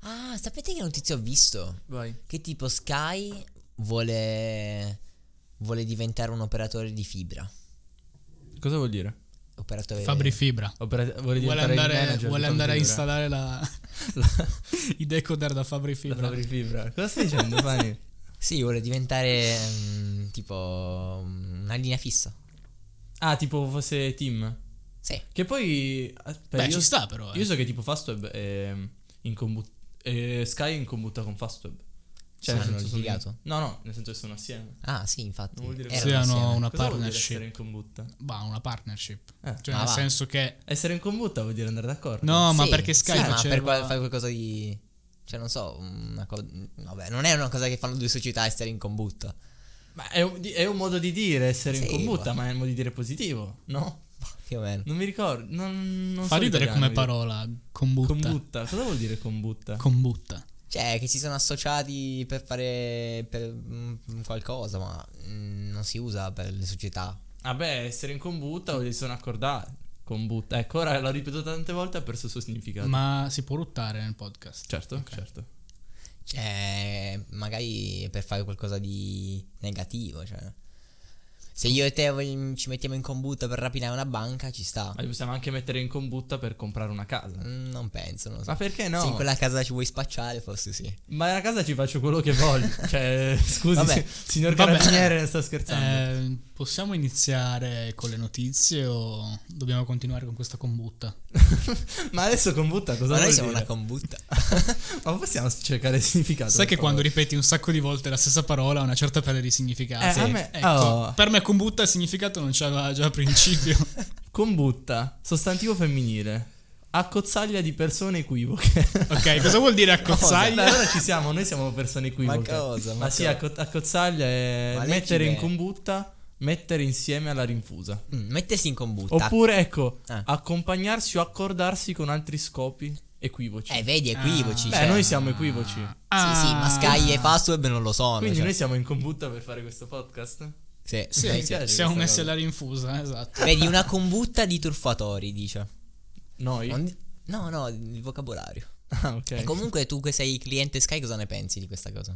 Ah, sapete che notizia ho visto? Vai. Che tipo Sky vuole diventare un operatore di fibra. Cosa vuol dire? Operatore Fabri Fibra. Vuole diventare il manager Vuole di andare a Fabri installare i decoder da Fabri Fibra. Fibra. Fabri Fibra. Cosa stai dicendo, Fani? Sì, vuole diventare tipo una linea fissa. Ah, tipo fosse Team. Sì. Che poi Beh, ci sta però. Io so che tipo Fastweb è in Sky è in combutta con Fastweb. Cioè, Sì, nel hanno senso litigato? No, nel senso che sono assieme. Ah, sì, infatti. Non vuol dire erano Sì, hanno assieme. una Cosa vuol dire partnership. essere in combutta? Bah, una partnership. Cioè, Ma nel va. senso che Essere in combutta vuol dire andare d'accordo. no, ma Sì, perché Sky sì, ma faceva per fare qualcosa di... Cioè, non so, vabbè, non è una cosa che fanno due società essere in combutta. Ma è un modo di dire essere in Sì, combutta, ma- ma è un modo di dire positivo, no? Più o meno. Non mi ricordo. Non fa so ridere italiano, come parola combutta. Combutta. Cosa vuol dire combutta? Combutta. Cioè, che si sono associati per fare qualcosa, ma non si usa per le società. Vabbè, essere in combutta vuol dire sono accordati. Combutta. Ecco, ora l'ho ripetuto tante volte e ha perso il suo significato. Ma si può ruttare nel podcast. Certo, Ok. certo. Cioè, magari per fare qualcosa di negativo, cioè. Se io e te ci mettiamo in combutta per rapinare una banca, ci sta. Ma li possiamo anche mettere in combutta per comprare una casa. Non penso, non lo so. Ma perché no? Se in quella casa ci vuoi spacciare, forse sì. Ma a casa ci faccio quello che voglio. Cioè, scusi, Vabbè. signor Vabbè. carabiniere, ne sta scherzando. Possiamo iniziare con le notizie o dobbiamo continuare con questa combutta? Ma adesso combutta cosa Ma noi vuol siamo dire? una combutta. Ma possiamo cercare il significato? Sai che per quando favore? ripeti un sacco di volte la stessa parola ha una certa pelle di significato. a me- Ecco, oh. per me combutta il significato non c'aveva già a principio. Combutta, sostantivo femminile. Accozzaglia di persone equivoche. Ok, cosa vuol dire Dai, accozzaglia? allora ci siamo, noi siamo persone equivoche. Ma cosa? Ma sì, accozzaglia è Ma mettere in leggi bene. combutta, mettere insieme alla rinfusa. Mettersi in combutta. Oppure, ecco, Ah. accompagnarsi o accordarsi con altri scopi equivoci. Vedi, equivoci. Beh, cioè. noi siamo equivoci. Sì, sì, ma Sky e Fastweb non lo sono. Quindi cioè. noi siamo in combutta per fare questo podcast? Sì, Sì, Mi piace siamo questa messi cosa. alla rinfusa, esatto. Vedi, una combutta di truffatori, dice. Noi? No, il vocabolario. Ah, ok. E comunque tu che sei cliente Sky, cosa ne pensi di questa cosa?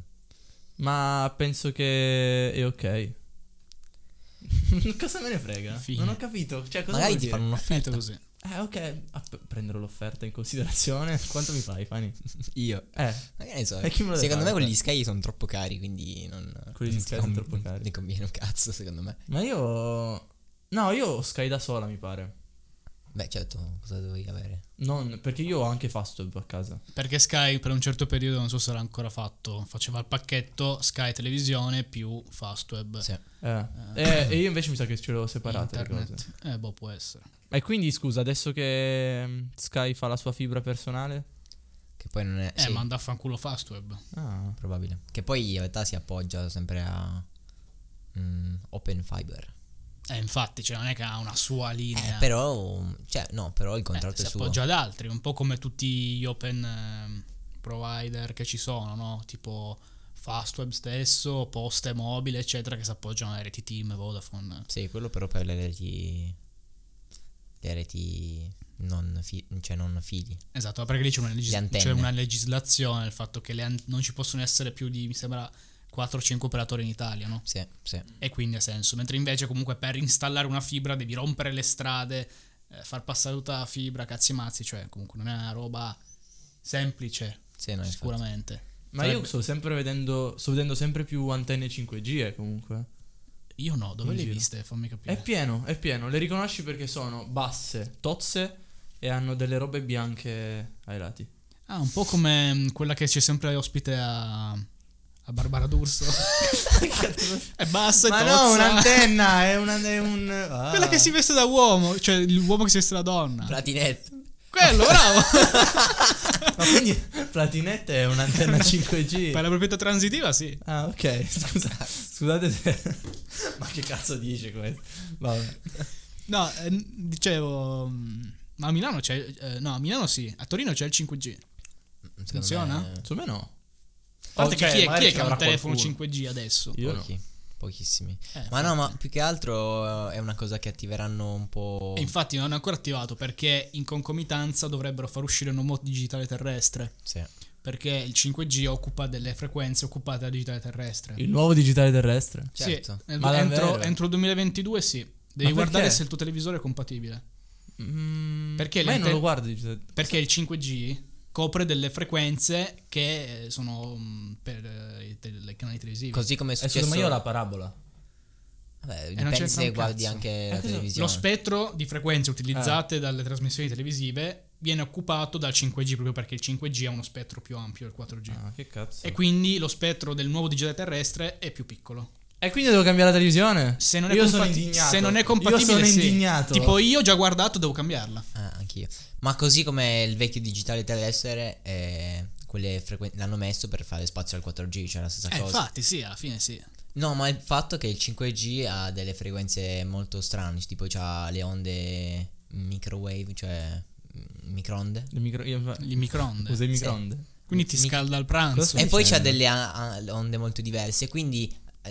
Ma penso che è ok. Cosa me ne frega? Fine. Non ho capito. Cioè, cosa Magari vuol ti dire? fanno È finito un'offerta. così. Ok. Prenderò l'offerta in considerazione. Quanto mi fai, Fani? Io. Eh. Ma che ne so. E chi me lo deve Secondo me fare? quelli di Sky sono troppo cari, quindi non. Quelli di non ti Sky sono troppo cari. Ne conviene un cazzo, secondo me. Ma io... No, io ho Sky da sola, mi pare. Beh, certo, cosa dovevi avere? Non... Perché io ho anche Fastweb a casa. Perché Sky per un certo periodo, non so se l'ha ancora fatto, faceva il pacchetto Sky Televisione più Fastweb. Sì. E io invece mi sa che ce l'ho separate le cose. Internet. Boh, può essere. E quindi, scusa, adesso che Sky fa la sua fibra personale... Che poi non è. Sì, Manda a fanculo Fastweb. Ah. probabile. Che poi in realtà si appoggia sempre a Open Fiber. Infatti, cioè, non è che ha una sua linea. Però. Cioè, no, però il contratto si è suo. appoggia ad altri, un po' come tutti gli open provider che ci sono, no? Tipo Fastweb stesso, Poste Mobile, eccetera, che si appoggiano a reti Team, Vodafone. Sì, quello però per le reti. Le reti non fili. Esatto, perché lì c'è Le antenne. c'è una legislazione, il fatto che non ci possono essere più di, mi sembra, 4-5 operatori in Italia, no? Sì, sì. E quindi ha senso. Mentre invece comunque per installare una fibra devi rompere le strade, far passare tutta la fibra, cazzi e mazzi, cioè comunque non è una roba semplice, Sì, no, infatti. sicuramente. Ma io sto vedendo sempre più antenne 5G comunque. Io no, dove In le hai giro. viste? Fammi capire. È pieno. Le riconosci perché sono basse, tozze e hanno delle robe bianche ai lati. Ah, un po' come quella che c'è sempre ospite a Barbara D'Urso. È bassa e Ma tozza. no, un'antenna, è un... Ah. Quella che si veste da uomo, cioè l'uomo che si veste da donna. Platinetto. Quello, bravo. Ma quindi Platinette è un'antenna 5G? Per la proprietà transitiva, sì. Ah, ok. Scusate se... Ma che cazzo dice questo? Vabbè. No, dicevo, ma a Milano c'è, no, a Milano sì, a Torino c'è il 5G. Secondo Funziona? me, Secondo me no. A parte che chi magari è ce che ha un l'avrà telefono qualcuno. 5G adesso? Io no. pochissimi. infatti. Ma no, ma più che altro è una cosa che attiveranno un po'. E infatti non è ancora attivato perché in concomitanza dovrebbero far uscire un nuovo digitale terrestre. Sì. perché il 5G occupa delle frequenze occupate dal digitale terrestre. Il nuovo digitale terrestre? Certo. Sì, Ma davvero? entro il 2022 sì. Devi Ma guardare perché? se il tuo televisore è compatibile. Perché ma io non l'anten- lo guardo digitale. Perché il 5G copre delle frequenze che sono per i canali televisivi. Così come è Scusa, successo. ma io ho la parabola. Vabbè, non dipende c'entra se un guardi cazzo. anche la cosa- televisione. Lo spettro di frequenze utilizzate dalle trasmissioni televisive viene occupato dal 5G proprio perché il 5G ha uno spettro più ampio del 4G. Ah, che cazzo. E quindi lo spettro del nuovo digitale terrestre è più piccolo. E quindi devo cambiare la televisione? Se non è, Io sono compati- indignato. se non è Io compatibile, sono sì. indignato. Tipo io ho già guardato, devo cambiarla. Anch'io. Ma così come il vecchio digitale terrestre, l'hanno messo per fare spazio al 4G, cioè la stessa cosa. Infatti sì, alla fine sì. No, ma il fatto è che il 5G ha delle frequenze molto strane, tipo c'ha le onde microwave, cioè microonde. I microonde. Usa i microonde? Quindi ti scalda il pranzo. Cosa E poi c'ha dicendo? delle onde molto diverse, quindi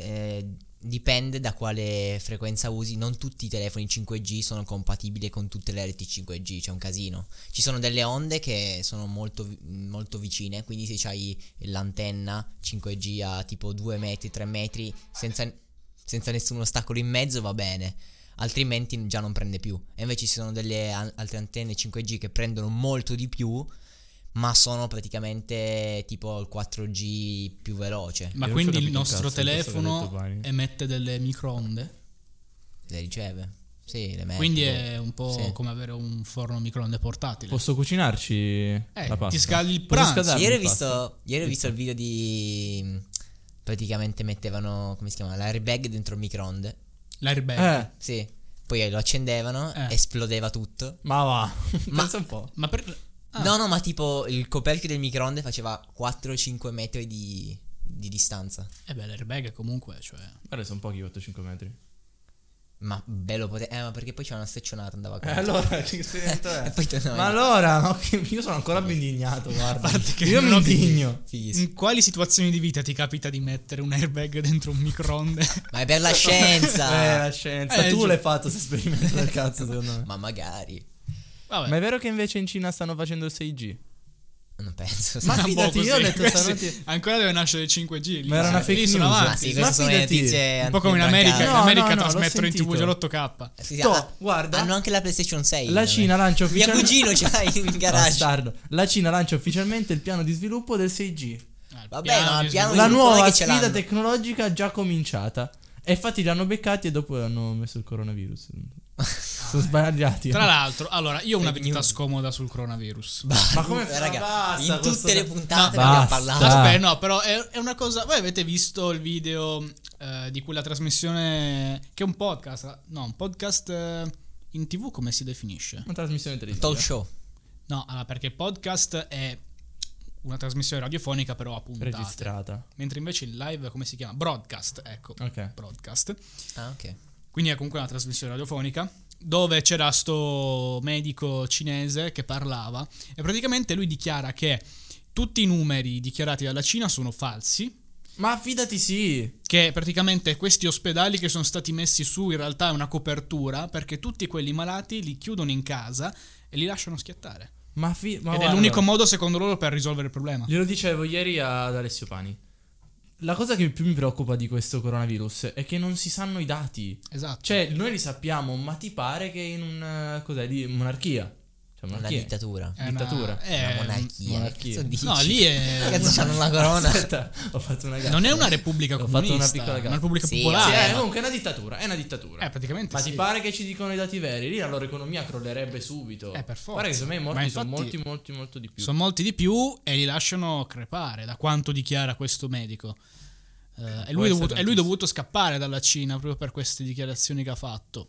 dipende da quale frequenza usi. Non tutti i telefoni 5G sono compatibili con tutte le reti 5G, c'è un casino. Ci sono delle onde che sono molto, molto vicine, quindi se c'hai l'antenna 5G a tipo 2 metri, 3 metri, senza nessun ostacolo in mezzo va bene. Altrimenti già non prende più. E invece ci sono delle altre antenne 5G che prendono molto di più, ma sono praticamente tipo il 4G più veloce. Ma Io non quindi ci ho il capito un nostro cazzo di questo che ha detto telefono Pani. emette delle microonde. Le riceve. Sì, le mette. Quindi è un po' Sì. come avere un forno microonde portatile. Posso cucinarci la pasta? ti scaldi il Posso pranzo. scaldarmi Ieri ho il pasta? visto il video di. Praticamente mettevano, come si chiama? L'airbag dentro il microonde. L'airbag. Sì. Poi lo accendevano, esplodeva tutto. Ma va. Ma- Pensa un po'. Ma per... ah, No, ma tipo il coperchio del microonde faceva 4-5 metri di distanza. beh, l'airbag comunque, cioè... Guarda, sono pochi 8-5 metri. Ma bello ma perché poi c'è una steccionata, andava con. Allora, che esperimento è? E poi tornava Ma in- allora, no, io sono ancora più indignato, guarda. A parte che Io mi non ho- indigno. Fighissimo. In quali situazioni di vita ti capita di mettere un airbag dentro un microonde? Ma è per la scienza. La scienza. Tu giù. l'hai fatto questo esperimento del cazzo, secondo me. Ma magari. Vabbè. Ma è vero che invece in Cina stanno facendo il 6G? Non penso. Ma Un po' fidati, io ho così. detto Questi- stanotte- Ancora deve nascere il 5G. Lì, Ma era una lì fake sono news. Ah, avanti. sì, Ma queste sono le fidati. notizie. Un po' come in America. antibrancate. In America No, no, trasmettono in l'ho TV già sentito. l'8K. Sì, Toh, guarda. hanno anche la PlayStation 6. La Cina lancia Mio ufficialmente cugino ce l'ha in garage. Bastardo. La Cina lancia ufficialmente il piano di sviluppo del 6G. Vabbè, ma il piano La sviluppo non è nuova che ce sfida l'hanno. tecnologica già cominciata. E infatti li hanno beccati e dopo hanno messo il coronavirus. Sono sbagliati. Tra l'altro, allora, io ho una Fake verità news. scomoda sul coronavirus. Ma come raga, basta in questo- tutte le puntate No, ne abbiamo basta. parlato. Aspetta, no, però è una cosa. Voi avete visto il video di quella trasmissione che è un podcast? No, un podcast in TV come si definisce? Una trasmissione televisiva. Talk show. No, allora, perché podcast è una trasmissione radiofonica però a puntate. Registrata. Mentre invece il live come si chiama? Broadcast, ecco. Ok. Broadcast. Ah, ok. Quindi è comunque una trasmissione radiofonica dove c'era sto medico cinese che parlava e praticamente lui dichiara che tutti i numeri dichiarati dalla Cina sono falsi, Ma fidati sì. che praticamente questi ospedali che sono stati messi su in realtà è una copertura perché tutti quelli malati li chiudono in casa e li lasciano schiattare. Ma Ed è guarda, l'unico modo secondo loro per risolvere il problema. glielo dicevo ieri ad Alessio Pani. La cosa che più mi preoccupa di questo coronavirus è che non si sanno i dati. Esatto. Cioè, noi li sappiamo, ma ti pare che in un cos'è lì? Monarchia. Cioè, Una monarchia. dittatura. È dittatura. Una monarchia. monarchia. Cazzo dici? No, lì è Cazzo c'hanno la corona. Aspetta, ho fatto una gaffa. non è una repubblica Ho fatto una comunista, piccola è gaffa. una repubblica Sì, popolare. Sì, ma- comunque è una dittatura, è una dittatura. Praticamente Ma sì. ti pare che ci dicono i dati veri? Lì la loro economia crollerebbe subito. Per forza. Guarda che secondo me i Ma morti sono infatti- molti di più. Sono molti di più e li lasciano crepare, da quanto dichiara questo medico. E lui è dovuto scappare dalla Cina proprio per queste dichiarazioni che ha fatto.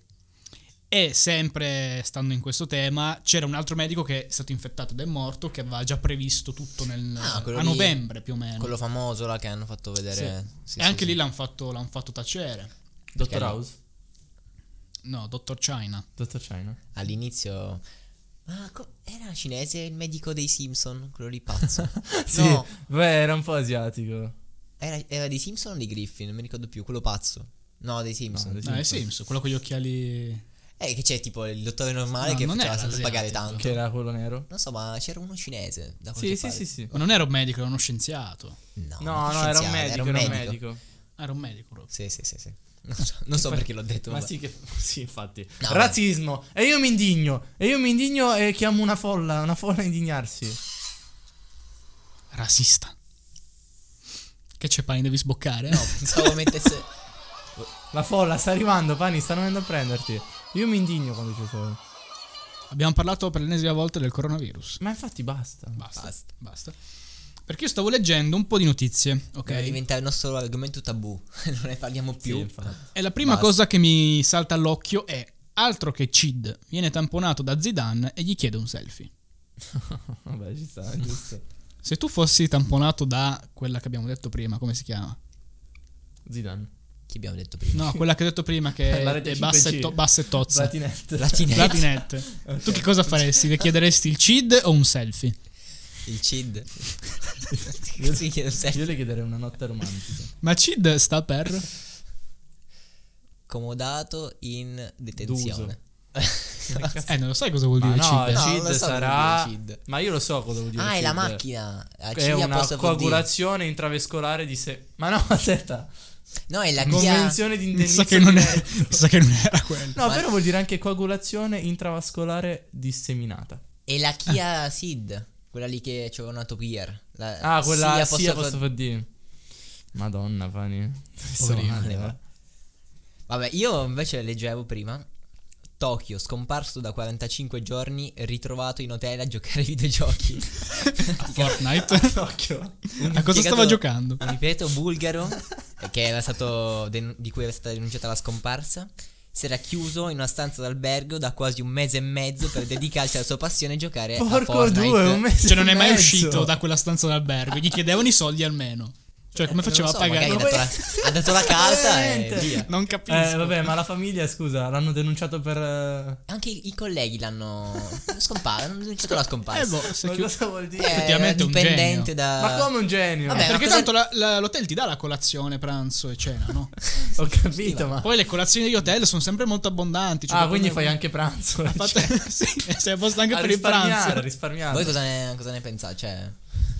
E sempre stando in questo tema, c'era un altro medico che è stato infettato ed è morto, che aveva già previsto tutto quello a lì, novembre più o meno. Quello famoso là che hanno fatto vedere. Sì. Sì, E sì, anche sì. lì l'hanno fatto tacere. Dottor Perché no? House? No, Dottor China. Dottor China? All'inizio. Ma era cinese il medico dei Simpson? Quello lì pazzo. Sì, No, beh, era un po' asiatico. era dei Simpson o dei Griffin? Non mi ricordo più. Quello pazzo. No, dei Simpson. No, dei No, è Simpson, quello con gli occhiali. Che c'è tipo il dottore normale No, che non faceva era sempre pagare asiatico. tanto. Che era quello nero? Non so, ma c'era uno cinese da qualche Sì, sì, parte. sì, sì. Ma non era un medico, era uno scienziato. No, No, no, era un medico. Era un medico proprio. Sì. Non so perché l'ho detto. Ma vabbè. sì, infatti. No, Razzismo. E io mi indigno e chiamo una folla a indignarsi. Rasista. Che c'è, Pani, devi sboccare? No, pensavo mettesse... La folla sta arrivando, Pani, stanno venendo a prenderti. Io mi indigno quando ci sono. Abbiamo parlato per l'ennesima volta del coronavirus. Ma infatti basta. Basta. Perché io stavo leggendo un po' di notizie, ok? Diventa il nostro argomento tabù. Non ne parliamo Sì, più. infatti. E la prima Basta. cosa che mi salta all'occhio è altro che Cid viene tamponato da Zidane e gli chiede un selfie. Vabbè, ci sta, è giusto. Se tu fossi tamponato da quella che abbiamo detto prima, come si chiama? Zidane. Chi abbiamo detto prima? No, quella che ho detto prima che La è rete bassa CPC. bassa e tozza. Latinette. Latinette. Tu che cosa faresti? Le chiederesti il Cid o un selfie? Il Cid. Io le chiederei una notte romantica. Ma Cid sta per? Comodato in detenzione. Non lo sai cosa vuol Ma dire no, Cid? No, Cid non lo so sarà. cosa vuol dire Cid. Ma io lo so cosa vuol dire. Ah, è Cid. la macchina. È una coagulazione intravescolare di sé. Ma no, aspetta. No, è la Kia. Convenzione di Mi sa indennizzo che non diretto. mi sa che non era quello. No, Ma- però vuol dire anche coagulazione intravascolare disseminata. È la Kia Ceed. Quella lì che c'era una Top Gear. Ah, quella sì, sì, apostrofo D. Madonna, Fani. Poverino. Male, Vabbè, io invece leggevo prima. Tokyo, scomparso da 45 giorni, ritrovato in hotel a giocare ai videogiochi. Fortnite. Occhio. A cosa stava giocando? Un impiegato bulgaro che era stato di cui era stata denunciata la scomparsa. Si era chiuso in una stanza d'albergo da quasi un mese e mezzo per dedicarsi alla sua passione e giocare a Porco Fortnite. due, un mese Cioè non e è mai mezzo. uscito da quella stanza d'albergo. Gli chiedevano i soldi almeno. Cioè come faceva Non lo a so, pagare? magari ha dato la carta e Veramente. via. Non capisco. Vabbè, ma la famiglia, scusa, l'hanno denunciato per. Anche i colleghi l'hanno hanno denunciato la scomparsa. boh, se Ma chiu- cosa vuol dire? effettivamente è un dipendente genio. da... Ma come un genio? Vabbè, Perché ma tanto l'hotel ti dà la colazione, pranzo e cena, no? Ho capito, ma. Poi le colazioni degli hotel sono sempre molto abbondanti. Cioè Ah, quindi come- fai anche pranzo. Sì, sei a posto anche a per il pranzo. risparmiare. Voi cosa ne pensate? Cioè...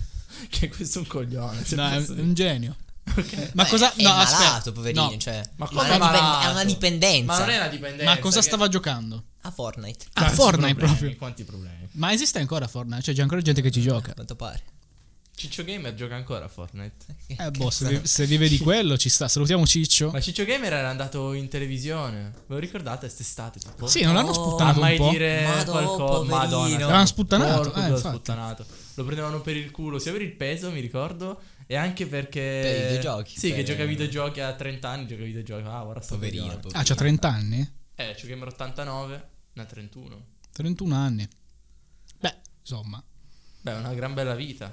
Che questo è un coglione. se No, è posso dire. un genio. Ok. Ma cosa? È No, malato, aspetta. poverino, No. cioè... Ma è come una malato? è una dipendenza. Ma non è una dipendenza. Ma cosa che- stava giocando? A Fortnite, Ah, Quanti Fortnite problemi, proprio. Quanti problemi? Ma esiste ancora Fortnite? Cioè c'è ancora gente che ci gioca. a quanto pare. Ciccio Gamer gioca ancora a Fortnite. Boh, se vive di quello ci sta. Salutiamo Ciccio. Ma Ciccio Gamer era andato in televisione. Ve lo ricordate quest'estate? Tipo? Sì, non l'hanno Oh, A sputtanato un mai po'. dire Madò, qualcosa. poverino. Madonna. L'hanno sputtanato, Porco due, infatti. sputtanato. Lo prendevano per il culo sia per il peso, mi ricordo, e anche perché. Per i videogiochi, Sì, per- che gioca ai videogiochi a 30 anni. Gioca ai videogiochi. Ah, ora sto Poverino, coglione. poverino. Ah, c'ha 30 anni? Ciccio Gamer 89, ne ha 31. 31 anni. Beh, insomma, Beh, è una gran bella vita.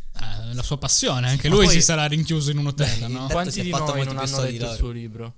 la sua passione. Anche Ma lui poi- si sarà rinchiuso in un hotel, Beh, no? Tanto si Quanti è di fatto noi molti non più hanno soldi letto il loro. suo libro?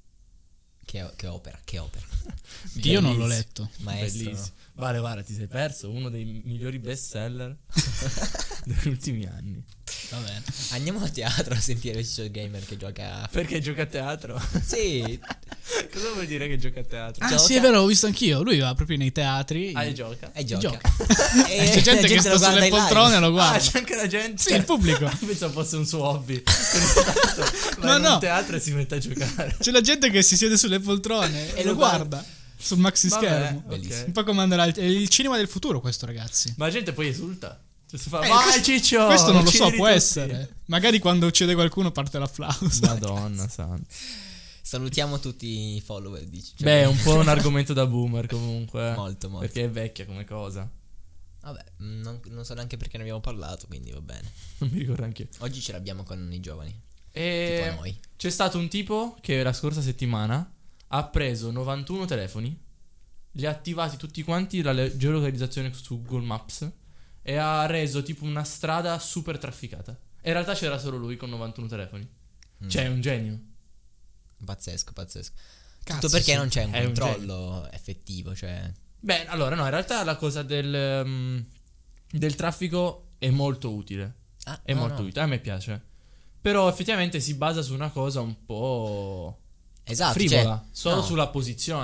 Che opera, che opera. Io non l'ho Bellissimo. letto. Maestro. Bellissimo. Vale, guarda, ti sei perso uno dei migliori best seller degli ultimi anni. Va bene. Andiamo a teatro a sentire Ciccio Gamer che gioca. Perché gioca a teatro? Sì. Cosa vuol dire che gioca a teatro? Ah, Gioca. sì, è vero, l'ho visto anch'io. Lui va proprio nei teatri. Ah, e gioca? E gioca. Gioca. E C'è gente che la sta guarda sulle in live. poltrone e lo Ah, guarda. c'è anche la gente. Sì, il pubblico. Pensavo fosse un suo hobby. Va Ma in no. un teatro e si mette a giocare. C'è la gente che si siede sulle poltrone e lo guarda sul maxi Vabbè, schermo. ok. Bellissimo. Un po' come andrà è il cinema del futuro questo, ragazzi. Ma la gente poi esulta. Cioè, si fa, vai questo- Ciccio! Questo non lo so, uccidili può tutti." essere. Magari quando uccide qualcuno parte l'applauso. Madonna santa. Salutiamo tutti i follower di Ciccio. Beh, è un po' un argomento da boomer comunque. Molto, molto. Perché è vecchia come cosa. Vabbè, non so neanche perché ne abbiamo parlato, quindi va bene. Non mi ricordo anche io. Oggi ce l'abbiamo con i giovani. Tipo E noi. c'è stato un tipo che la scorsa settimana ha preso 91 telefoni, li ha attivati tutti quanti la geolocalizzazione su Google Maps e ha reso tipo una strada super trafficata. E in realtà c'era solo lui con 91 telefoni. Cioè, è un genio. Pazzesco, pazzesco. Cazzo, Tutto perché sì. non c'è un È un controllo effettivo, cioè... Beh, allora no, in realtà la cosa del traffico è molto utile. Ah, È no, molto no. utile, a me piace. Però effettivamente si basa su una cosa un po' Esatto, frivola, cioè, solo no. sulla posizione.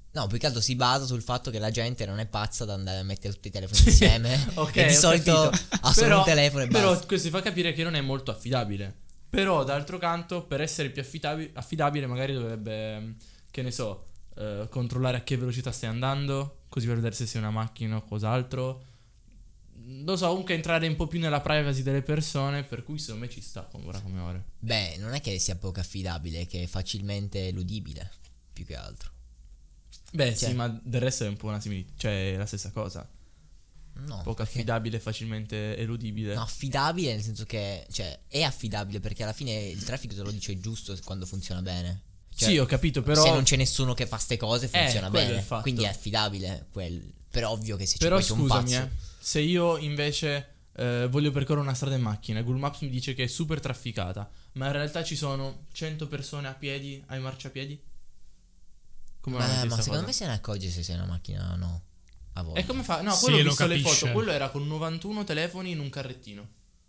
No, più che altro si basa sul fatto che la gente non è pazza da andare a mettere tutti i telefoni insieme. Ok, e di ho solito capito. ha solo un telefono e Però basta. questo ti fa capire che non è molto affidabile. Però d'altro canto, per essere più affidabile magari dovrebbe, che ne so, controllare a che velocità stai andando, così per vedere se sei una macchina o cos'altro. Non so, comunque entrare un po' più nella privacy delle persone, per cui secondo me ci sta ora come ore. Beh, non è che sia poco affidabile, è che è facilmente eludibile, più che altro. Beh, Cioè- sì, ma del resto è un po' una cioè è la stessa cosa. No, Poco perché- affidabile e facilmente eludibile. No, affidabile nel senso che, cioè, è affidabile perché alla fine il traffico te lo dice giusto quando funziona bene. Cioè, Sì, ho capito, però se non c'è nessuno che fa ste cose funziona quello è il bene, fatto. quindi è affidabile però ovvio che se Però c'è poi c'è un scusami, pazzo. se io invece voglio percorrere una strada in macchina, Google Maps mi dice che è super trafficata, ma in realtà ci sono 100 persone a piedi, ai marciapiedi? Come la metti Ma sta secondo cosa? me se ne accorge se sei una macchina o no. A volte. E come fa? No, Sì, quello ho lo visto le capisce. foto, quello era con 91 telefoni in un carrettino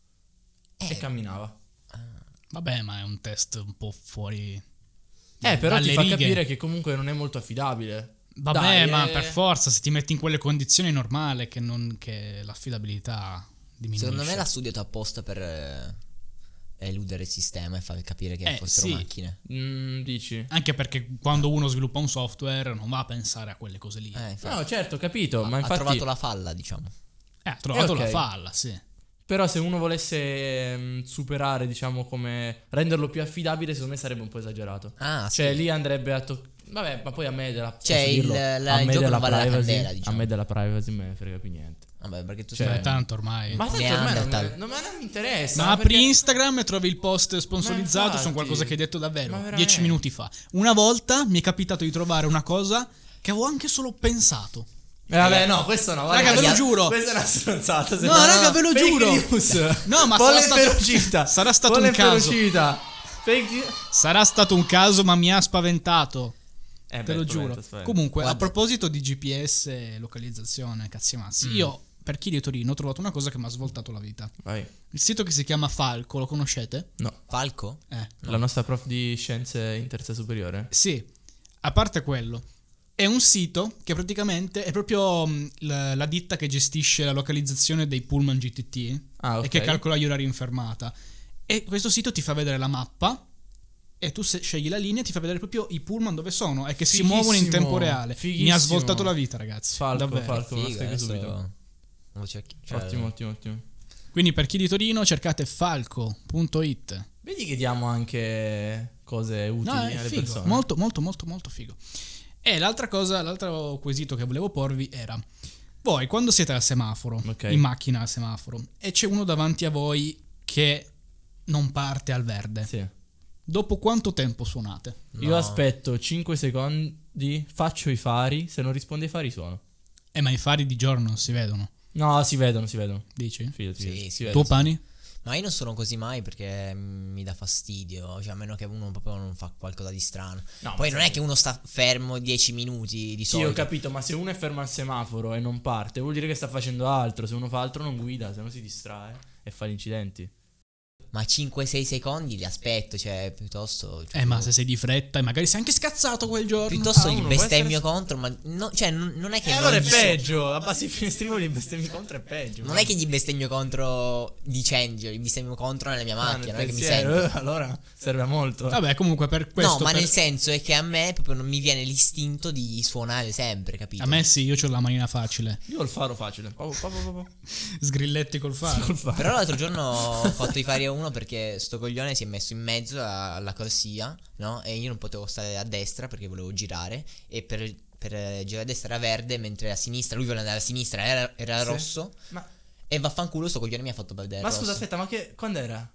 e camminava. Vabbè, ma è un test un po' fuori. Però dalle ti fa righe. capire che comunque non è molto affidabile. Vabbè, Dai, ma per forza, se ti metti in quelle condizioni è normale che l'affidabilità diminuisce. Secondo me l'ha studiato apposta per eludere il sistema e far capire che fossero sì. macchine. Dici? Anche perché quando uno sviluppa un software non va a pensare a quelle cose lì. Infatti, No, certo, ho capito, ma ha infatti trovato la falla, diciamo. Ha trovato ok. la falla, sì. Però se uno volesse superare, diciamo, come renderlo più affidabile, secondo me sarebbe un po' esagerato. Ah, Cioè sì. lì andrebbe a vabbè, ma poi a me della Cioè, posso dirlo, il a me gioco della non vale la privacy, candela, diciamo. a me della privacy me ne frega più niente. Vabbè, perché tu Cioè, Beh, tanto ormai. Ma tanto ormai Neanderthal. non mi interessa. Ma apri perché- Instagram e trovi il post sponsorizzato infatti. sono qualcosa che hai detto Ma davvero veramente. 10 minuti fa. Una volta mi è capitato di trovare una cosa che avevo anche solo pensato. vabbè, no, questo no. Raga, ve lo giuro. Questa è una stronzata. No, raga, ve lo Fake giuro. news. No, ma Folle sarà stato- ferocità. sarà stato Folle un caso. ferocità. Fake Sarà stato un caso, ma mi ha spaventato. Te beh, lo spaventa, giuro. spaventa. Comunque, Guarda. a proposito di GPS e localizzazione, cazzi mazzi, io per chi di Torino ho trovato una cosa che mi ha svoltato la vita. Vai. Il sito che si chiama Falco, lo conoscete? No. Falco? La nostra prof di scienze in terza superiore. Sì, a parte quello, è un sito che praticamente è proprio la ditta che gestisce la localizzazione dei pullman GTT Ah, ok. e che calcola gli orari in fermata. E questo sito ti fa vedere la mappa e tu scegli la linea e ti fa vedere proprio i pullman dove sono e che si Fighissimo, muovono in tempo reale. Mi fighissimo. ha svoltato la vita, ragazzi. Falco, davvero. Falco, me lo Figo, spiego adesso subito. lo cerchi- cioè, Ottimo, ottimo, ottimo. Quindi per chi di Torino cercate falco.it. Vedi che diamo anche cose utili No, è alle figo, persone. molto molto molto molto figo. E l'altra cosa, l'altro quesito che volevo porvi era: voi quando siete al semaforo, Ok. in macchina al semaforo, e c'è uno davanti a voi che non parte al verde, Sì. dopo quanto tempo suonate? Io No. aspetto 5 secondi, faccio i fari, se non risponde ai fari suono. Ma i fari di giorno non si vedono, No, si vedono, si vedono. dici? Fidati, Sì, fidati, sì. si Tu vedono. Pani? Ma io non sono così mai perché mi dà fastidio, cioè a meno che uno proprio non fa qualcosa di strano. No, Poi ma non sai- è che uno sta fermo 10 minuti di Sì, solito. ho capito, ma se uno è fermo al semaforo e non parte, vuol dire che sta facendo altro. Se uno fa altro non guida, se no si distrae e fa gli incidenti. Ma 5-6 secondi li aspetto, cioè piuttosto... cioè, Ma se sei di fretta e magari sei anche scazzato quel giorno. piuttosto Ah, gli uno può bestemmio essere- contro, ma cioè non è che... E non allora è gli- peggio. Abbassi il finestrino e gli bestemmi contro è peggio. Non è che gli bestemmio contro dicendo, gli bestemmio contro nella mia macchina, non è che mi pensiero, sento. allora serve a molto. Vabbè, comunque per questo No, ma per- nel senso è che a me proprio non mi viene l'istinto di suonare sempre, capito? a me sì, io ho la manina facile. Io ho il faro facile. Sgrilletti col faro. Però l'altro giorno ho fatto i fari a uno perché sto coglione si è messo in mezzo alla corsia, no? E io non potevo stare a destra perché volevo girare. E per girare a destra era verde, mentre a sinistra lui voleva andare a sinistra, era Sì. rosso. Ma, E vaffanculo, sto coglione mi ha fatto perdere. ma scusa, aspetta, ma quando era?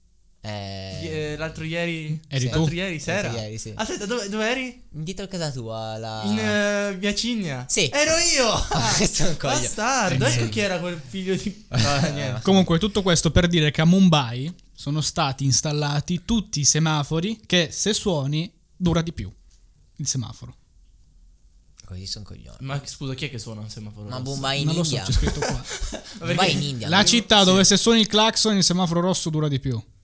L'altro ieri? Eri tu? L'altro ieri sera? L'altro ieri, sì. Aspetta, dove eri? Dietro a casa tua, In via Cigna? Sì. Ero io! Questo è un coglione. Bastardo, Sì. ecco chi era quel figlio di... niente. Comunque tutto questo per dire che a Mumbai sono stati installati tutti i semafori che se suoni dura di più il semaforo. Così sono coglione. Ma scusa, chi è che suona un semaforo Ma rosso? Mumbai in Non lo so, India. c'è scritto qua. Mumbai in India. La città dove se suoni il clacson il semaforo rosso dura di più.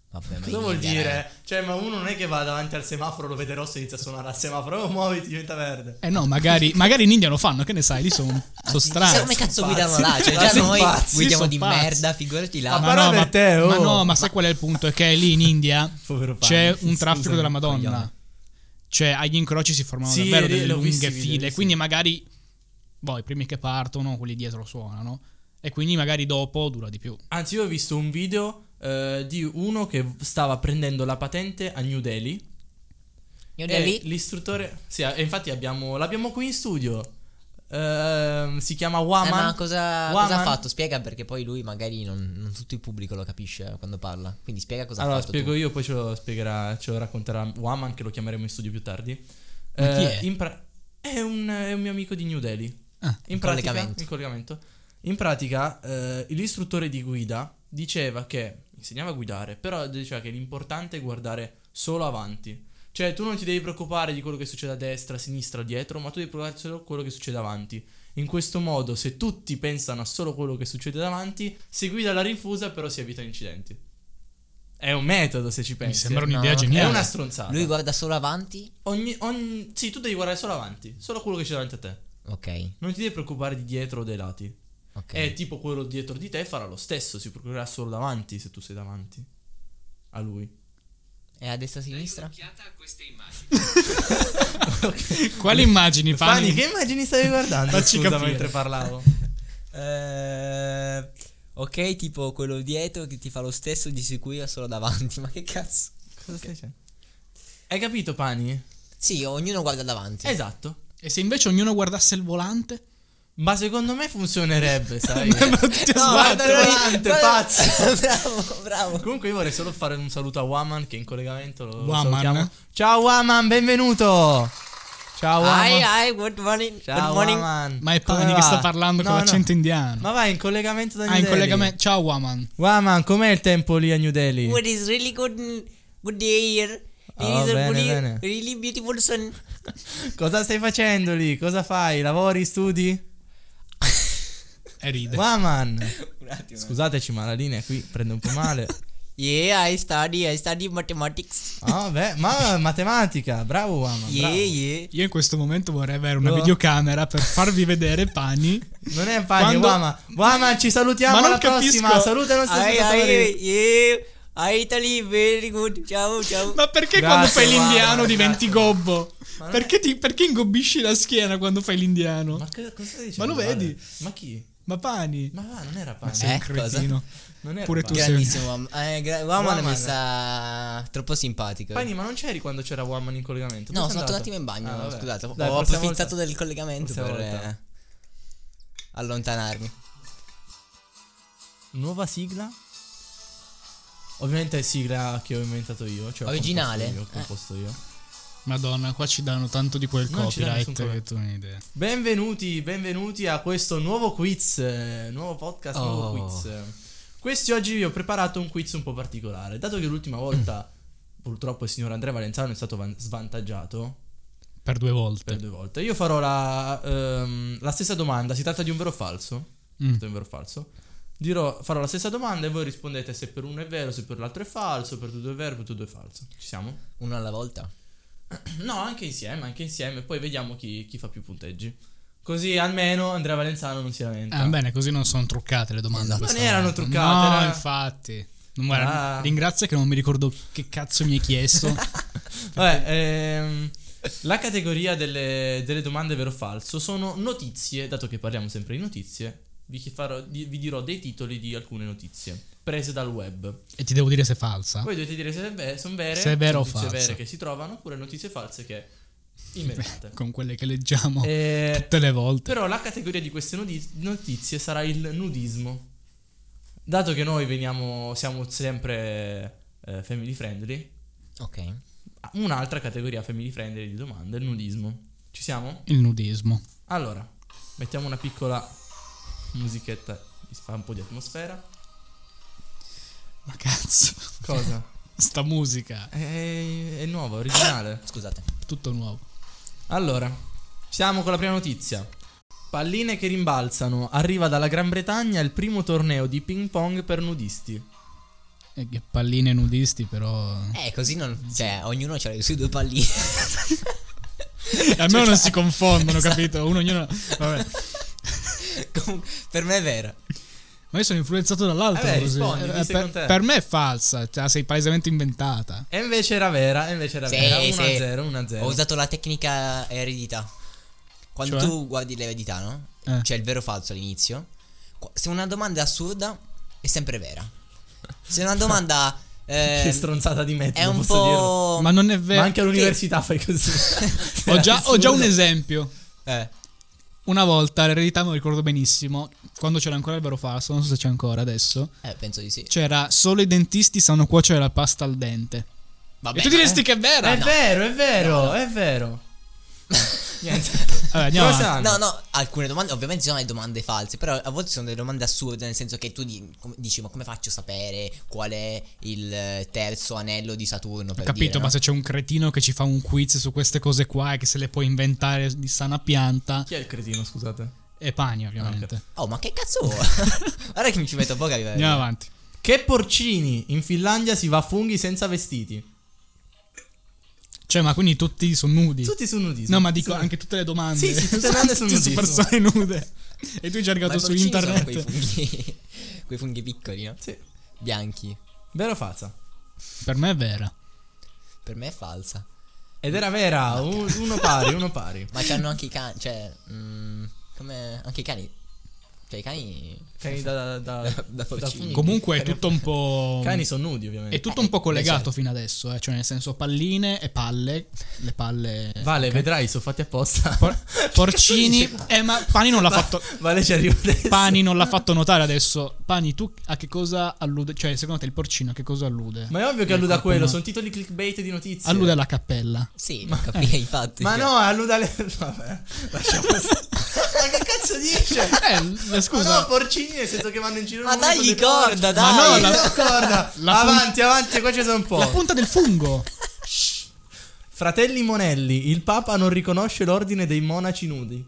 Vabbè, ma Cosa in vuol India, dire? Cioè, ma uno non è che va davanti al semaforo, lo vede rosso e inizia a suonare al semaforo, muoviti, diventa verde. No, magari in India lo fanno, che ne sai, lì sono strani. Chissà come cazzo guidano là, cioè Ma già sono noi pazzi, guidiamo sono di pazzi. merda, figurati là. Ma parla per te, oh. Ma no, ma sai qual è il punto? È che lì in India Povero c'è Pani, un traffico scusami, della Madonna. coglione. Cioè, agli incroci si formano Sì, davvero l'ho delle visti lunghe i video, file. sì. Quindi magari i primi che partono, quelli dietro suonano. E quindi magari dopo dura di più. Anzi, io ho visto un video di uno che stava prendendo la patente a New Delhi. Io da E lì l'istruttore, sì, e infatti l'abbiamo qui in studio. Si chiama Waman. ma cosa Waman. ha fatto? Spiega, perché poi lui magari non tutto il pubblico lo capisce quando parla. Quindi spiega cosa Allora, ha fatto spiego tu. io, poi ce lo racconterà Waman, che lo chiameremo in studio più tardi. Ma chi è? È un mio amico di New Delhi. Ah, In collegamento. In pratica, l'istruttore di guida diceva che insegnava a guidare, però diceva che l'importante è guardare solo avanti. Cioè, tu non ti devi preoccupare di quello che succede a destra, a sinistra, dietro, ma tu devi preoccuparti solo di quello che succede avanti. In questo modo, se tutti pensano a solo quello che succede davanti, si guida alla rinfusa, però si evitano incidenti. È un metodo, se ci mi pensi. sembra No, un'idea è È geniale. una stronzata. Lui guarda solo avanti? Sì, tu devi guardare solo avanti, solo quello che c'è davanti a te. Ok, Non ti devi preoccupare di dietro o dei lati. ok. E tipo quello dietro di te farà lo stesso, si preoccuperà solo davanti se tu sei davanti a lui. E a destra e a sinistra? Un'occhiata a queste immagini. Quali immagini, Fanny, Fanny? che immagini stavi guardando? Facci Scusa, capire. mentre parlavo. Ok, tipo quello dietro che ti fa lo stesso di sicuro solo davanti. Ma che cazzo? Cosa stai dicendo? Hai capito, Pani? Sì, ognuno guarda davanti. Esatto. E se invece ognuno guardasse il volante? Ma secondo me funzionerebbe, sai? Tutti a guarda il sbattere. volante, pazzo. bravo. Comunque io vorrei solo fare un saluto a Waman, che è in collegamento. Lo Waman? salutiamo. Ciao Waman, benvenuto. Ciao Waman. Hi, good morning. Ciao Good morning. Waman. Ma è Come Pani che va? sta parlando con No, l'accento no. indiano. Ma vai in collegamento da New In Delhi. collegamento. Ciao, Waman. Waman, com'è il tempo lì a New Delhi? What is really good day here. It Oh, is a bene, really, bene. really beautiful sun. Cosa stai facendo lì? Cosa fai? Lavori, studi? E ride. Waman. Un attimo. Scusateci, ma la linea qui prende un po' male. Yeah, I study mathematics. Ah, beh, ma matematica. Bravo, Waman. Yeah, bravo. yeah. Io in questo momento vorrei avere una No. videocamera per farvi vedere Pani. Non è Pani, Quando- Waman. Waman, ci salutiamo Ma non alla prossima. capisco. Saluta i nostri I, ascoltatori. yeah. Italy, very good. Ciao, ciao. Ma perché Grazie, quando fai Waman, l'indiano diventi grazie. gobbo? Ma non è- Perché ingobbisci la schiena quando fai l'indiano? Ma cosa stai dicendo? Ma lo vedi? Vale? Ma chi? Ma Pani? Ma va, non era Pani. Sei un cosa? cretino. Non era Pure Pani. tu sei- Grandissimo Waman. Waman Waman. mi sta troppo simpatico. Pani, ma non c'eri quando c'era Waman in collegamento? No, Dove sono sei andato un attimo in bagno. Ah, vabbè. Scusate, Dai, ho prossima approfittato volta. del collegamento Prossima per volta. allontanarmi. Nuova sigla? Ovviamente è sigla che ho inventato io. Cioè ho Originale? composto io. Madonna, qua ci danno tanto di quel Non ci danno copyright nessun che tu non hai idea. Benvenuti a questo nuovo quiz, nuovo podcast, nuovo Oh. quiz. Questi oggi vi ho preparato un quiz un po' particolare. Dato che l'ultima volta purtroppo il signor Andrea Valenzano è stato svantaggiato Per 2 volte. per 2 volte, io farò la stessa domanda. Si tratta di un vero o falso? Mm. Un vero o falso? Farò la stessa domanda e voi rispondete se per uno è vero, se per l'altro è falso, per tutti è vero, per tutti è falso. Ci siamo? Uno alla volta. No, anche insieme, poi vediamo chi fa più punteggi. Così almeno Andrea Valenzano non si lamenta. Ah, bene, così non sono truccate le domande. Esatto. questa Non erano volta. truccate, No, era- infatti. Guarda, Ah. ringrazia che non mi ricordo che cazzo mi hai chiesto. Vabbè, la categoria delle domande vero o falso sono notizie, dato che parliamo sempre di notizie. Vi dirò dei titoli di alcune notizie prese dal web. E ti devo dire se è falsa. Voi dovete dire se sono vere, Se è vero o notizie falso. vere che si trovano, oppure notizie false che inventate. Con quelle che leggiamo Eh, tutte le volte. Però la categoria di queste notizie sarà il nudismo. Dato che noi siamo sempre family friendly, Ok. un'altra categoria family friendly di domande è il nudismo. Ci siamo? Il nudismo. Allora, mettiamo una piccola musichetta, si fa un po' di atmosfera. Ma cazzo. Cosa? Sta musica. È nuova, originale. Scusate. Tutto nuovo. Allora, siamo con la prima notizia. Palline che rimbalzano. Arriva dalla Gran Bretagna il primo torneo di ping pong per nudisti. Che palline nudisti, però. Così non. Cioè, ognuno ha le sue due palline. Almeno non si confondono, capito? Ognuno. Vabbè. Per me è vera. Ma io sono influenzato dall'altro. Così. Rispondi, secondo te? Per me è falsa, cioè sei palesemente inventata. E invece era vera, Sì, 1-0, 1-0. Ho usato la tecnica eredità. Quando Cioè? tu guardi l'eredità, no? C'è il vero o falso all'inizio. Se una domanda è assurda, è sempre vera. Se una domanda Che stronzata di è metodo, un posso po'. dirlo. Ma non è vero. Ma anche all'università fai così. Ho già un esempio. Una volta l'eredità, me lo ricordo benissimo, quando c'era ancora il vero o falso, non so se c'è ancora adesso. Penso di sì. C'era solo i dentisti sanno cuocere la pasta al dente. Vabbè, E tu diresti che è vera? È vero, è vero. Niente. Vabbè, andiamo avanti. Prossimo anno. No, alcune domande, ovviamente sono le domande false, però a volte sono delle domande assurde, nel senso che tu dici, ma come faccio a sapere qual è il terzo anello di Saturno? Per Ho capito, dire, ma no? se c'è un cretino che ci fa un quiz su queste cose qua e che se le può inventare di sana pianta, Chi è il cretino, scusate? è Pani, ovviamente. Oh, ma che cazzo vuoi? Guarda che mi ci metto poco a vivere. Andiamo avanti. Che porcini in Finlandia si va a funghi senza vestiti? Cioè, ma quindi tutti sono nudi? Tutti su nudismo. No, ma dico anche tutte le domande. Sì, tutte le domande sono Tutti su nudismo. persone nude. E tu hai cercato Ma i su porcini sono internet. quei funghi piccoli, no? Sì. Bianchi. Vero o falsa? Per me è vera. Per me è falsa. Ed era vera, uno pari. Ma c'hanno anche i cani, cioè come anche i cani. Cioè i cani Cani da porcini. funghi. Comunque è tutto un po'. Cani sono nudi, ovviamente. È tutto un po' collegato certo. fino adesso, Cioè, nel senso, palline e palle. Le palle. Vale, vedrai, sono fatti apposta. Porcini. Ma Pani non l'ha fatto. Vale, ci arrivo adesso. Pani non l'ha fatto notare adesso. Pani, tu a che cosa allude? Cioè, secondo te il porcino a che cosa allude? Ma è ovvio che Nel alluda a corpo quello, umano. sono titoli clickbait di notizie. Allude alla cappella. Sì, non capisco infatti. Ma cioè. no, alluda alle. Vabbè, lasciamo stare. Ma che cazzo dice? Scusa. Ma no, porcini nel senso che vanno in giro. Ma nel mondo dagli con dei porci. corda, Ma dai. no, Corda. la Avanti, qua ci sono un po'. La punta del fungo. Fratelli Monelli, il Papa non riconosce l'ordine dei monaci nudi.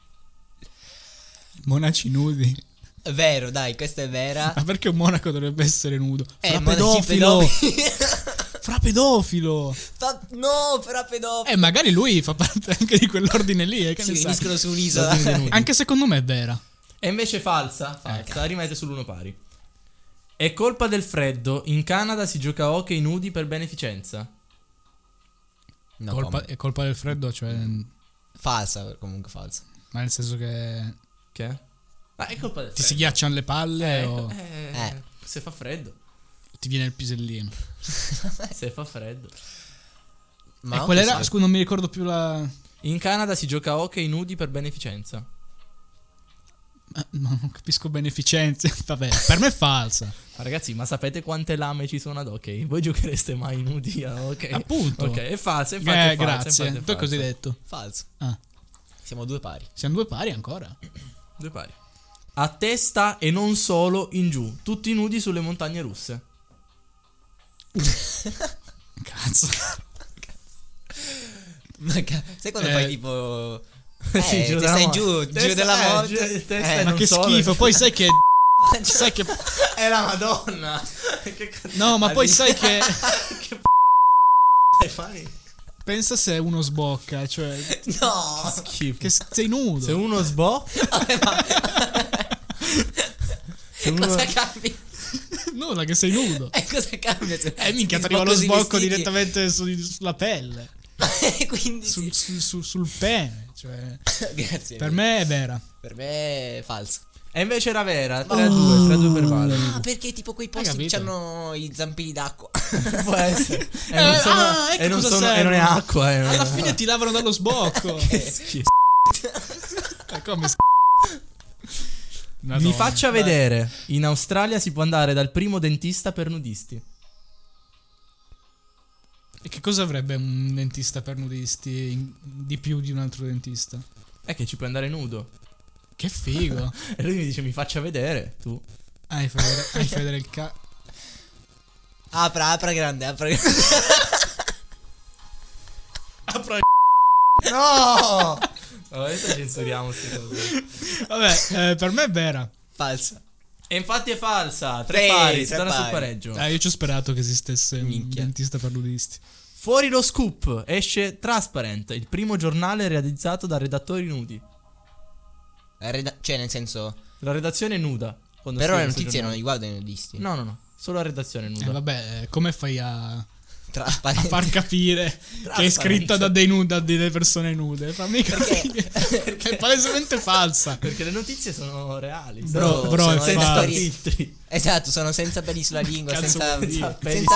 Monaci nudi. È vero, dai, questa è vera. Ma perché un monaco dovrebbe essere nudo? Fra monaci pedofilo. pedofili. Fra pedofilo. No, però pedofilo. Magari lui fa parte anche di quell'ordine lì. Che Si ne sai? riuniscono su un'isola. L'ordine dei nudi. Anche secondo me è vera. E invece falsa, rimette sull'uno pari. È colpa del freddo, in Canada si gioca a hockey nudi per beneficenza. No, come? È colpa del freddo, cioè. Falsa, comunque falsa. Ma nel senso che Che? Ma è colpa del ti si freddo. ghiacciano le palle o Se fa freddo. ti viene il pisellino. Se fa freddo. Ma E quella anche era, se- scusa, non mi ricordo più la. In Canada si gioca a hockey nudi per beneficenza. No, non capisco beneficenze. Vabbè, per me è falsa. Ma ragazzi, ma sapete quante lame ci sono ad hockey? Voi giochereste mai nudi a hockey? Appunto. Ok, è falso, infatti è falso, grazie. infatti è Tu cosa hai falso. detto? Falso. Ah, Siamo due pari. siamo due pari ancora. Due pari. A testa e non solo in giù, tutti nudi sulle montagne russe. Cazzo. Sai quando fai tipo Sì, giù ti della stai morte. giù Testa- della morte. testa e Ma non che solo. schifo. Poi sai che. Sai che. È la Madonna. Che cazzo. No, ma poi sai che. Che fai? Pensa se uno sbocca, cioè. No. Schifo. Che sei nudo. Se uno sbo. Se uno- Cosa cambia? Nuda, che sei nudo. Cosa cambia? se- Minchia, se ti arriva lo sbocco sbocco sui vestiti? direttamente sulla pelle. Quindi sì. Sul pene. Cioè. Grazie. Per me è vera. Per me è falso. E invece era vera. 3-2 per Vale. Ah, perché tipo quei posti che capito? hanno i zampini d'acqua. Può essere. E non sono- ecco e non cosa sono- serve. e non è acqua. Alla fine ti lavano dallo sbocco. Schifo. Come Vi faccia vedere. In Australia si può andare dal primo dentista per nudisti. E che cosa avrebbe un dentista per nudisti di più di un altro dentista? È che ci puoi andare nudo. Che figo. E lui mi dice: mi faccia vedere. Tu. Hai fai vedere il ca. Apra grande, apra grande. Apro. No! Adesso censuriamo queste cose. Vabbè, per me è vera. Falsa. E infatti è falsa. Tre Tre pari, si torna sul pari. pareggio. Io ci ho sperato che esistesse un Minchia. dentista per nudisti. Fuori lo scoop, esce Transparent, il primo giornale realizzato da redattori nudi. Cioè, nel senso. La redazione è nuda. quando Però le scrive questo notizie non giornale. riguardano i nudisti. No. Solo la redazione è nuda. Vabbè, come fai a Trasparente. far capire che è scritta da delle persone nude? Fammi capire. Che è palesemente falsa. Perché le notizie sono reali. Bro, sono è senza falso. filtri. Esatto, sono senza peli sulla lingua, Cazzo senza, vuol dire? senza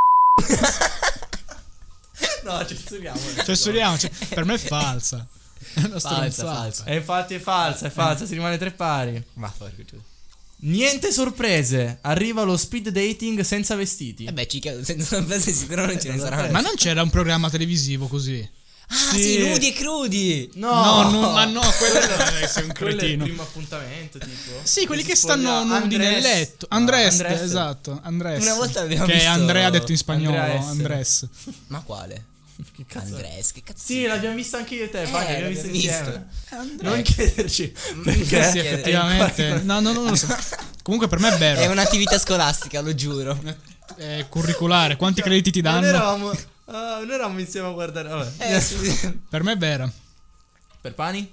No, censuriamo. Censuriamo, per me è falsa. È una Falsa, stronzata. falsa. E infatti è falsa, si rimane tre pari. Ma porco giù. Niente sorprese, arriva lo speed dating senza vestiti. E beh, senza sorprese sicuro non ce ne saranno. Ma non c'era un programma televisivo così? Ah, Sì. sì, nudi e crudi. Ma no, quello sei un Quello è il cretino. primo appuntamento, tipo. Sì, quelli che si stanno spoglia nudi nel letto. Andres, esatto. Andres. Una volta l'abbiamo che visto. Andrea detto in spagnolo. Andrea S. Andres. Ma quale? Che cazzo è? Andres, che cazzo? Sì, l'abbiamo visto anche io e te, Fabio, l'abbiamo visto l'abbiamo insieme. Non chiederci perché. Sì, Perché? effettivamente. No, non lo so. Comunque per me è vero. È un'attività scolastica, lo giuro. È curriculare. Quanti crediti ti Noi danno? eravamo insieme a guardare. Vabbè. Sì. Per me è vera. Per pani?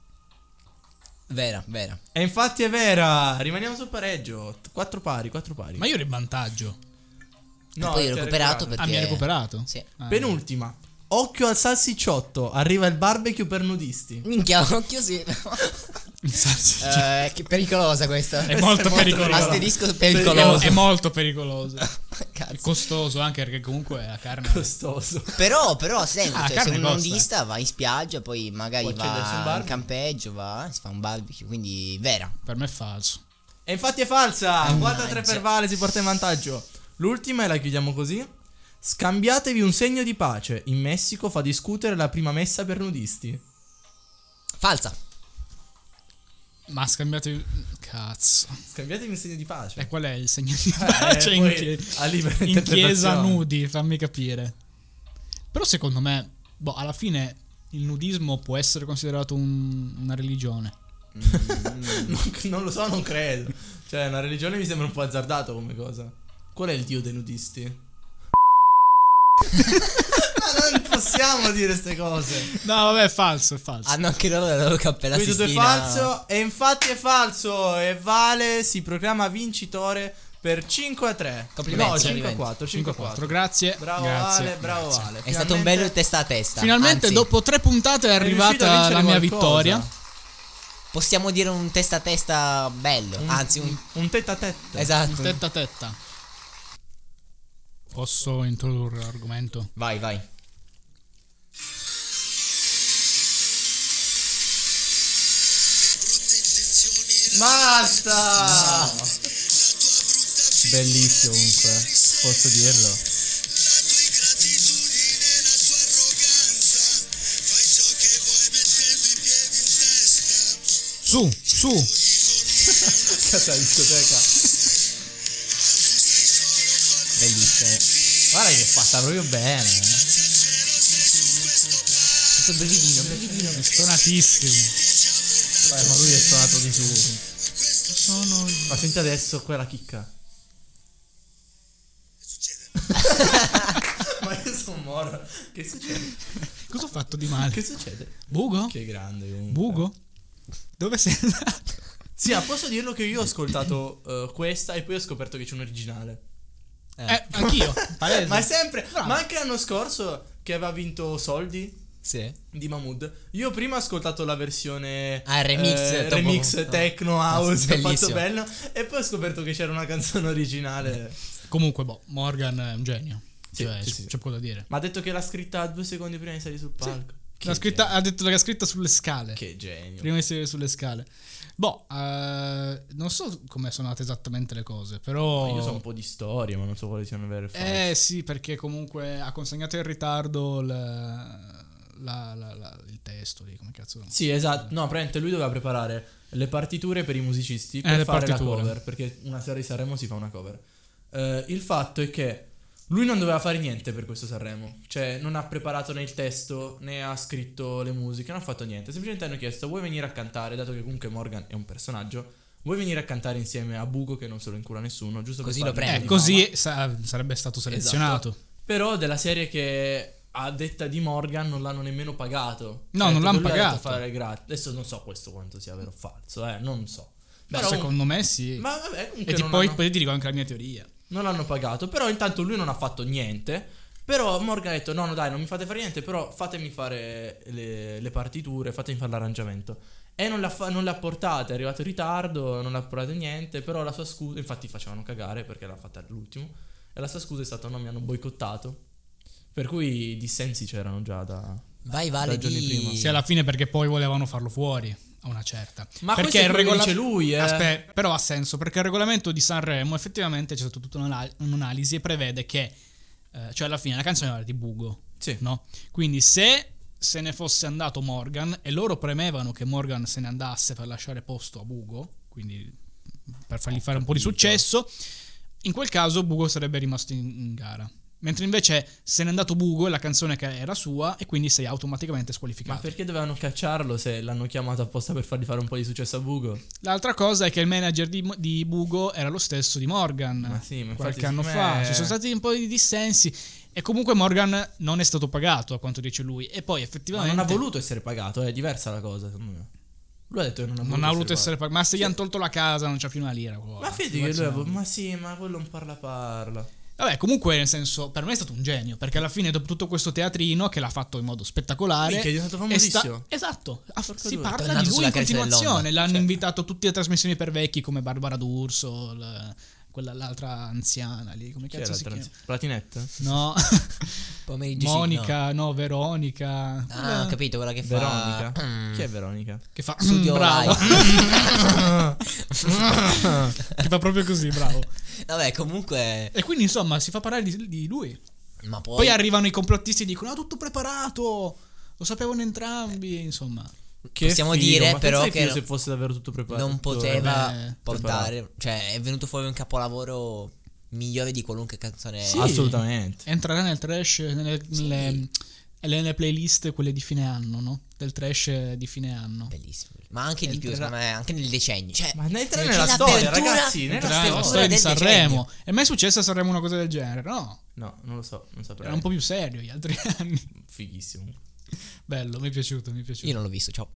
Vera. E infatti è vera. Rimaniamo sul pareggio. 4 pari. Ma io ero in vantaggio. E poi ho c'è recuperato recuperato. Ah, mi hai recuperato? Sì. Ah, Penultima. Occhio al salsicciotto. Arriva il barbecue per nudisti. Minchia, occhio sì. il salsiccia. Che pericolosa questa. È molto pericoloso. Asterisco pericoloso. È molto pericoloso. Cazzo. Costoso anche perché comunque la carne. Costoso. Però se, Ah, cioè, carne se un costa. nudista va in spiaggia, poi magari Può accendersi un va in barbecue. campeggio, si fa un barbecue, quindi vera. Per me è falso. E infatti è falsa. 4-3 per Mannaggia. Vale, si porta in vantaggio. L'ultima e la chiudiamo così. Scambiatevi un segno di pace. In Messico fa discutere la prima messa per nudisti. Falsa. Ma scambiate. Cazzo. Scambiatevi un segno di pace. E qual è il segno di pace in, poi a libera in chiesa interpretazione. nudi? Fammi capire. Però secondo me, alla fine il nudismo può essere considerato una religione. Non lo so, non credo. Cioè, una religione mi sembra un po' azzardato come cosa. Qual è il dio dei nudisti? Ma non possiamo dire queste cose. No, vabbè, è falso, è falso. Hanno anche loro la loro cappella Quindi tutto è Sistina. falso. E infatti è falso. E Vale si proclama vincitore per 5-3. Complimenti, No, complimenti. 5-4. 5-4, grazie. Bravo grazie, Vale, bravo grazie. Vale. È stato un bello testa a testa. Finalmente Anzi, dopo 3 puntate è riuscito a arrivata vincere la mia qualcosa. vittoria. possiamo dire un testa a testa bello. Anzi, un tête à tête. esatto. Tetta a tetta. Posso introdurre l'argomento? Vai. Basta! Bellissimo comunque, posso dirlo. Su. Casa discoteca. Bellissimo. Guarda che è fatta proprio bene. Tutto brividino. È stonatissimo. Ma lui è suonato di su. Sono Ma senti adesso quella chicca. Ma io sono moro. Che succede? Cosa ho fatto di male? Che succede? Bugo? Che grande comunque. Bugo? Dove sei andato? Sì, ma posso dirlo che io ho ascoltato questa e poi ho scoperto che c'è un originale. Anch'io. Palese. Ma è sempre. Bravo. Ma anche l'anno scorso che aveva vinto Soldi Sì. di Mahmood. Io prima ho ascoltato la versione Ah, il remix, remix techno house fatto Bellissimo. bello. E poi ho scoperto che c'era una canzone originale. Comunque, Morgan è un genio. Sì, Cioè, sì. c'è poco da dire. Ma ha detto che l'ha scritta 2 secondi prima di salire sul palco. Che Ha detto che l'ha scritta sulle scale. Che genio. Prima di salire sulle scale. Non so come sono andate esattamente le cose, però. Io so un po' di storie, ma non so quali siano vere e false. Sì, perché comunque ha consegnato in ritardo il testo lì, come cazzo. Sì, esatto. No, praticamente lui doveva preparare le partiture per i musicisti le per fare partiture. la cover. Perché una sera di Sanremo si fa una cover. Il fatto è che lui non doveva fare niente per questo Sanremo. Cioè, non ha preparato né il testo né ha scritto le musiche, non ha fatto niente. Semplicemente hanno chiesto: vuoi venire a cantare? Dato che comunque Morgan è un personaggio, vuoi venire a cantare insieme a Bugo che non se lo incula nessuno, giusto Così per lo fargli prendo. un po' di Così sarebbe stato fama. selezionato. Esatto. Però della serie che a detta di Morgan non l'hanno nemmeno pagato. No, Cioè, non l'hanno lui ha detto pagato. fare gratis. Adesso non so questo quanto sia vero o falso, non so. Però Però secondo me sì. ma vabbè, comunque E non poi, hanno- poi ti dico anche la mia teoria. non l'hanno pagato. Però intanto lui non ha fatto niente. Però Morgan ha detto: no, dai, non mi fate fare niente. Però fatemi fare le partiture, fatemi fare l'arrangiamento. E non le ha portate. È arrivato in ritardo, non le ha portate niente. Però la sua scusa, infatti facevano cagare perché l'ha fatta all'ultimo. E la sua scusa è stata: no, mi hanno boicottato. Per cui i dissensi c'erano già Vai Vale da giorni prima. Sì, alla fine perché poi volevano farlo fuori a una certa. Ma perché questo è quello che dice lui, Aspetta, però ha senso, perché il regolamento di Sanremo effettivamente c'è stata tutta un'analisi e prevede che cioè alla fine la canzone era di Bugo, Sì. no? Quindi se ne fosse andato Morgan e loro premevano che Morgan se ne andasse per lasciare posto a Bugo, quindi per fargli fare un po' di successo, in quel caso Bugo sarebbe rimasto in gara. Mentre invece se n'è andato Bugo e la canzone che era sua e quindi sei automaticamente Ma squalificato. perché dovevano cacciarlo se l'hanno chiamato apposta per fargli fare un po' di successo a Bugo? L'altra cosa è che il manager di Bugo era lo stesso di Morgan. Ma sì, ma qualche infatti anno secondo fa. me- Ci sono stati un po' di dissensi e comunque Morgan non è stato pagato a quanto dice lui. E poi Ma effettivamente non ha voluto essere pagato, è diversa la cosa, secondo me. Lui ha detto che non ha voluto essere pagato. Ma se gli Sì. hanno tolto la casa non c'ha più una lira. Ma fidi che lui ma sì, ma quello un parla. Vabbè, comunque nel senso, per me è stato un genio, perché alla fine dopo tutto questo teatrino che l'ha fatto in modo spettacolare Minchia, è diventato famosissimo. esatto, si due. parla Tornato di lui sulla in cresta continuazione. dell'onda. L'hanno Cioè. invitato a tutte le trasmissioni per vecchi come Barbara D'Urso, l'altra anziana lì, come Chi cazzo era si chiama? Platinette? No, Pomeriggi sì, Monica, no, Veronica. Ah, ho capito, quella che Veronica. fa Chi è Veronica? Che fa Studio bravo. Live. Che fa proprio così, bravo. Vabbè, comunque E quindi insomma si fa parlare di lui. ma Poi poi arrivano i complottisti e dicono: "Ah, tutto preparato. Lo sapevano entrambi", insomma. Che Possiamo figo, dire, ma però, pensai che se fosse davvero tutto preparato. non poteva Beh, portare, cioè è venuto fuori un capolavoro migliore di qualunque canzone. Sì. Assolutamente. Entrerà nel trash nelle playlist quelle di fine anno, no? Del trash di fine anno. Bellissimo. Ma anche di più, Entrerà- secondo me, anche nel decennio. Cioè, Ma entra c'è nella storia, l'apertura- ragazzi, nella Entrerà nella storia. storia di del Sanremo. decennio. È mai successo a Sanremo una cosa del genere? No, No, non lo so, non saprei. era un po' più serio gli altri anni. Fighissimo. Bello, mi è piaciuto, mi è piaciuto. Io non l'ho visto, ciao.